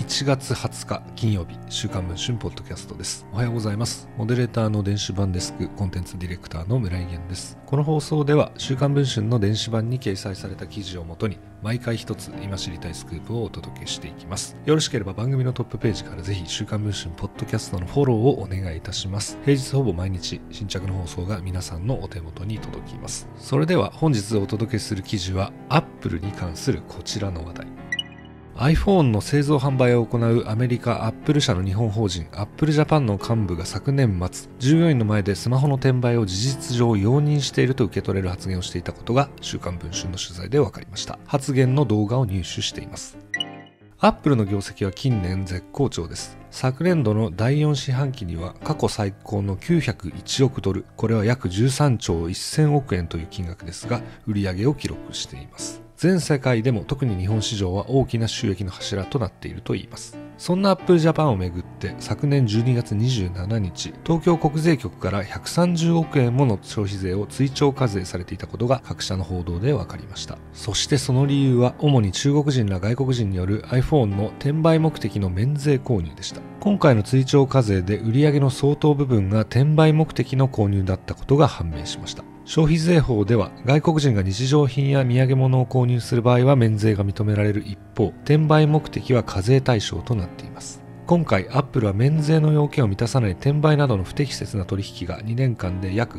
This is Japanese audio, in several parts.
1月20日金曜日、週刊文春ポッドキャストです。おはようございます。モデレーターの電子版デスクコンテンツディレクターの村井源です。この放送では週刊文春の電子版に掲載された記事をもとに毎回一つ今知りたいスクープをお届けしていきます。よろしければ番組のトップページからぜひ週刊文春ポッドキャストのフォローをお願いいたします。平日ほぼ毎日新着の放送が皆さんのお手元に届きます。それでは本日お届けする記事は Apple に関するこちらの話題。iPhone の製造販売を行うアメリカアップル社の日本法人アップルジャパンの幹部が昨年末、従業員の前でスマホの転売を事実上容認していると受け取れる発言をしていたことが週刊文春の取材で分かりました。発言の動画を入手しています。アップルの業績は近年絶好調です。昨年度の第4四半期には過去最高の901億ドル、これは約13兆1000億円という金額ですが、売上を記録しています。全世界でも特に日本市場は大きな収益の柱となっているといいます。そんなアップルジャパンをめぐって昨年12月27日、東京国税局から130億円もの消費税を追徴課税されていたことが各社の報道で分かりました。そしてその理由は主に中国人ら外国人による iPhone の転売目的の免税購入でした。今回の追徴課税で売上の相当部分が転売目的の購入だったことが判明しました。消費税法では外国人が日常品や土産物を購入する場合は免税が認められる一方、転売目的は課税対象となっています。今回アップルは免税の要件を満たさない転売などの不適切な取引が2年間で約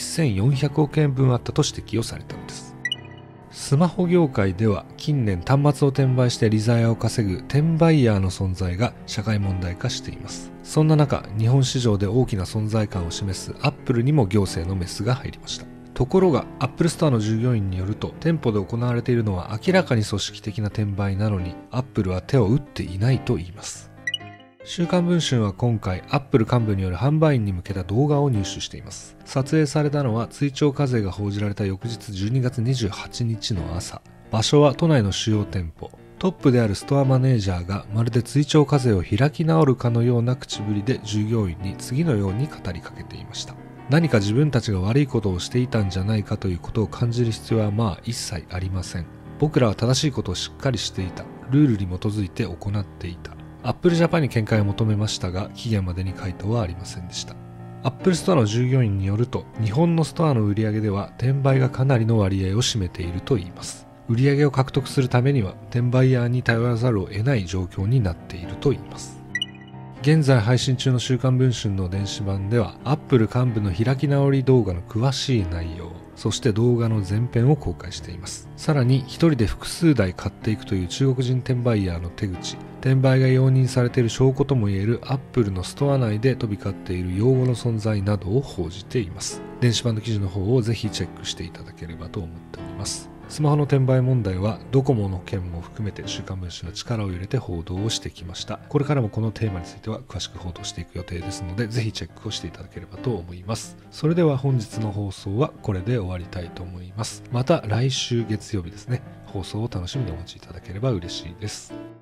1400億円分あったと指摘をされたのです。スマホ業界では近年端末を転売して利ざやを稼ぐ転売ヤーの存在が社会問題化しています。そんな中、日本市場で大きな存在感を示すアップルにも行政のメスが入りました。ところがアップルストアの従業員によると、店舗で行われているのは明らかに組織的な転売なのにアップルは手を打っていないと言います。週刊文春は今回アップル幹部による販売員に向けた動画を入手しています。撮影されたのは追徴課税が報じられた翌日12月28日の朝。場所は都内の主要店舗。トップであるストアマネージャーがまるで追徴課税を開き直るかのような口ぶりで従業員に次のように語りかけていました。何か自分たちが悪いことをしていたんじゃないかということを感じる必要は一切ありません。僕らは正しいことをしっかりしていた。ルールに基づいて行っていた。アップルジャパンに見解を求めましたが、期限までに回答はありませんでした。アップルストアの従業員によると、日本のストアの売り上げでは転売がかなりの割合を占めているといいます。売り上げを獲得するためには転売ヤーに頼らざるを得ない状況になっているといいます。現在配信中の週刊文春の電子版ではアップル幹部の開き直り動画の詳しい内容、そして動画の前編を公開しています。さらに一人で複数台買っていくという中国人転売ヤーの手口、転売が容認されている証拠ともいえるアップルのストア内で飛び交っている用語の存在などを報じています。電子版の記事の方をぜひチェックしていただければと思っております。スマホの転売問題はドコモの件も含めて週刊文春は力を入れて報道をしてきました。これからもこのテーマについては詳しく報道していく予定ですので、ぜひチェックをしていただければと思います。それでは本日の放送はこれで終わりたいと思います。また来週月曜日ですね、放送を楽しみにお待ちいただければ嬉しいです。